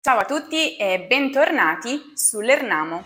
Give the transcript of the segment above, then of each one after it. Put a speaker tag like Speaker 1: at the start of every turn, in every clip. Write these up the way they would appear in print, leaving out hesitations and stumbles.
Speaker 1: Ciao a tutti e bentornati su Lernamo.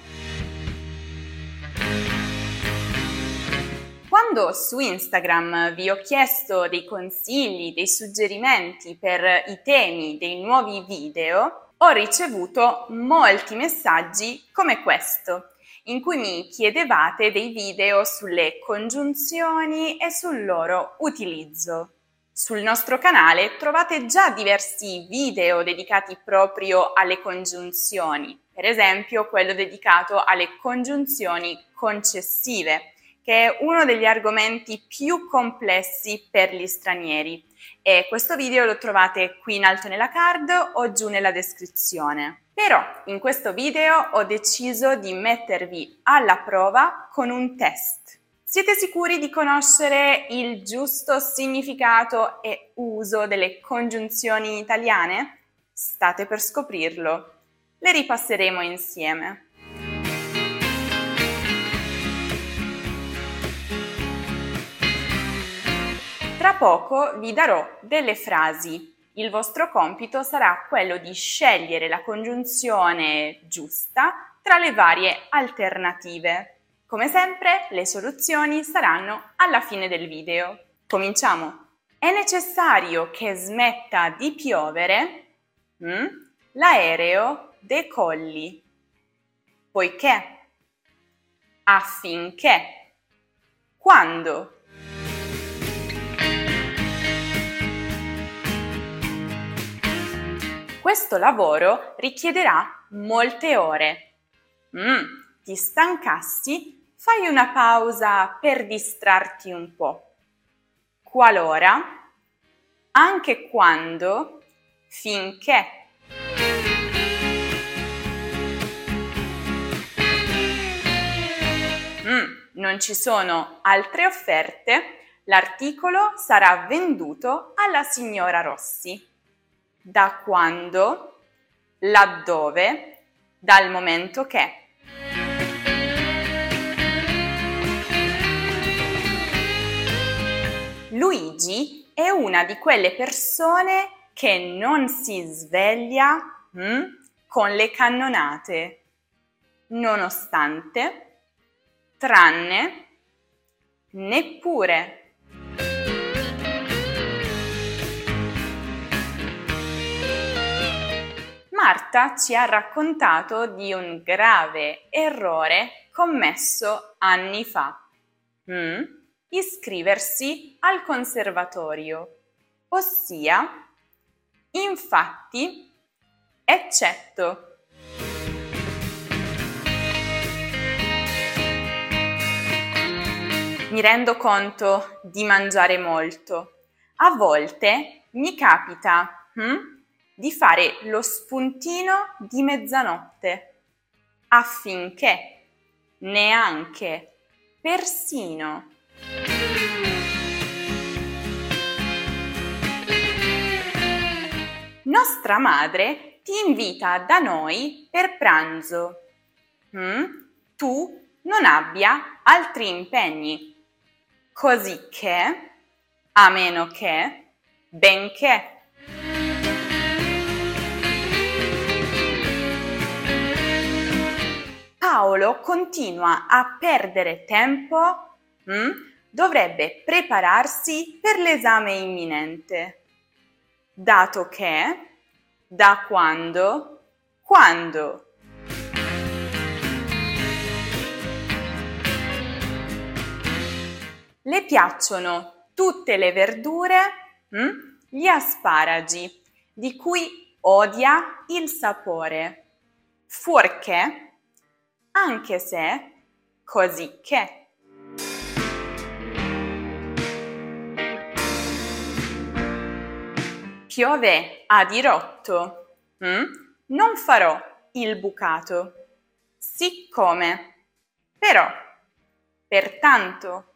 Speaker 1: Quando su Instagram vi ho chiesto dei consigli, dei suggerimenti per i temi dei nuovi video, ho ricevuto molti messaggi come questo, in cui mi chiedevate dei video sulle congiunzioni e sul loro utilizzo. Sul nostro canale trovate già diversi video dedicati proprio alle congiunzioni, per esempio quello dedicato alle congiunzioni concessive, che è uno degli argomenti più complessi per gli stranieri, e questo video lo trovate qui in alto nella card o giù nella descrizione. Però in questo video ho deciso di mettervi alla prova con un test. Siete sicuri di conoscere il giusto significato e uso delle congiunzioni italiane? State per scoprirlo. Le ripasseremo insieme. Tra poco vi darò delle frasi. Il vostro compito sarà quello di scegliere la congiunzione giusta tra le varie alternative. Come sempre, le soluzioni saranno alla fine del video. Cominciamo! È necessario che smetta di piovere? L'aereo decolli. Poiché? Affinché? Quando? Questo lavoro richiederà molte ore. Ti stancassi? Fai una pausa per distrarti un po'. Qualora, anche quando, finché. Non ci sono altre offerte, l'articolo sarà venduto alla signora Rossi. Da quando, laddove, dal momento che. Luigi è una di quelle persone che non si sveglia con le cannonate, nonostante, tranne, neppure. Marta ci ha raccontato di un grave errore commesso anni fa. Iscriversi al conservatorio, ossia, infatti, eccetto. Mi rendo conto di mangiare molto. A volte mi capita di fare lo spuntino di mezzanotte, affinché, neanche, persino. Nostra madre ti invita da noi per pranzo. Tu non abbia altri impegni, così che, a meno che, benché. Paolo continua a perdere tempo, dovrebbe prepararsi per l'esame imminente. Dato che, da quando, quando. Le piacciono tutte le verdure, gli asparagi, di cui odia il sapore, fuorché, anche se, così che. Piove a dirotto, non farò il bucato, siccome, però, pertanto.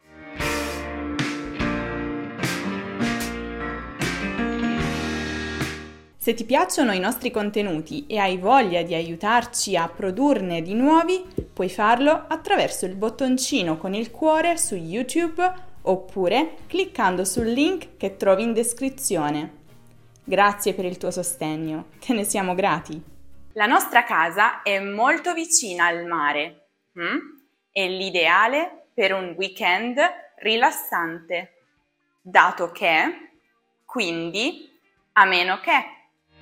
Speaker 1: Se ti piacciono i nostri contenuti e hai voglia di aiutarci a produrne di nuovi, puoi farlo attraverso il bottoncino con il cuore su YouTube oppure cliccando sul link che trovi in descrizione. Grazie per il tuo sostegno, te ne siamo grati. La nostra casa è molto vicina al mare. È l'ideale per un weekend rilassante. Dato che, quindi, a meno che.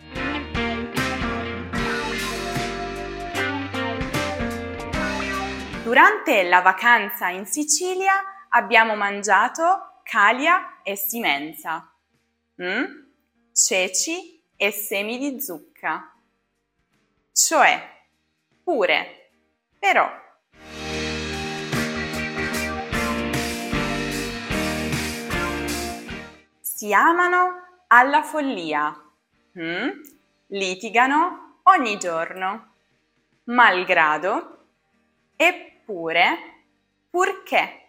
Speaker 1: Durante la vacanza in Sicilia abbiamo mangiato calia e simenza, ceci e semi di zucca, cioè pure, però. Si amano alla follia, litigano ogni giorno, malgrado, eppure, purché.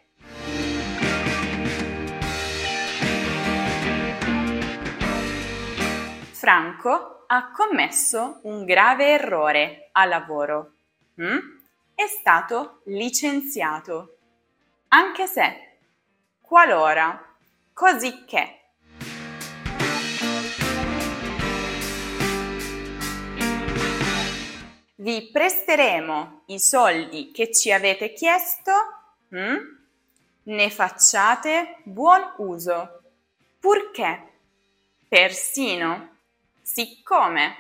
Speaker 1: Franco ha commesso un grave errore a lavoro. È stato licenziato, anche se, qualora, cosicché. Vi presteremo i soldi che ci avete chiesto, ne facciate buon uso, purché, persino, siccome.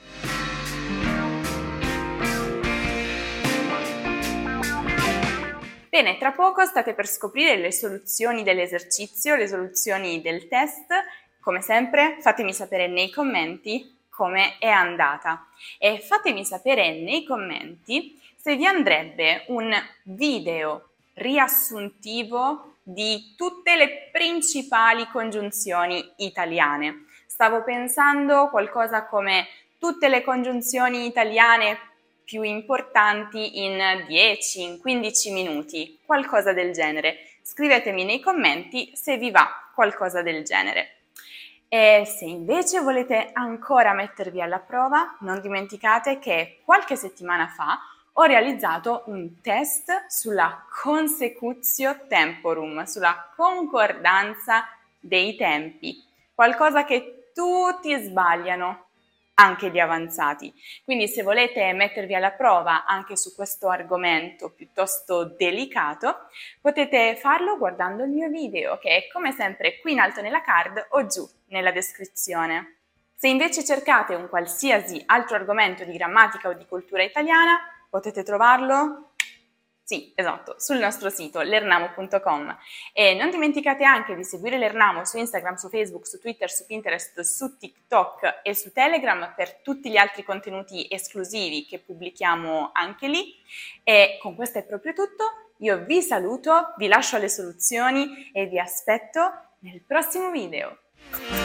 Speaker 1: Bene, tra poco state per scoprire le soluzioni dell'esercizio, le soluzioni del test. Come sempre, fatemi sapere nei commenti come è andata e fatemi sapere nei commenti se vi andrebbe un video riassuntivo di tutte le principali congiunzioni italiane. Stavo pensando qualcosa come tutte le congiunzioni italiane più importanti in 10, in 15 minuti, qualcosa del genere. Scrivetemi nei commenti se vi va qualcosa del genere. E se invece volete ancora mettervi alla prova, non dimenticate che qualche settimana fa ho realizzato un test sulla consecutio temporum, sulla concordanza dei tempi, qualcosa che tutti sbagliano, anche gli avanzati. Quindi se volete mettervi alla prova anche su questo argomento piuttosto delicato, potete farlo guardando il mio video, che è come sempre qui in alto nella card o giù nella descrizione. Se invece cercate un qualsiasi altro argomento di grammatica o di cultura italiana, potete trovarlo, sì, esatto, sul nostro sito lernamo.com. E non dimenticate anche di seguire Lernamo su Instagram, su Facebook, su Twitter, su Pinterest, su TikTok e su Telegram per tutti gli altri contenuti esclusivi che pubblichiamo anche lì. E con questo è proprio tutto. Io vi saluto, vi lascio alle soluzioni e vi aspetto nel prossimo video.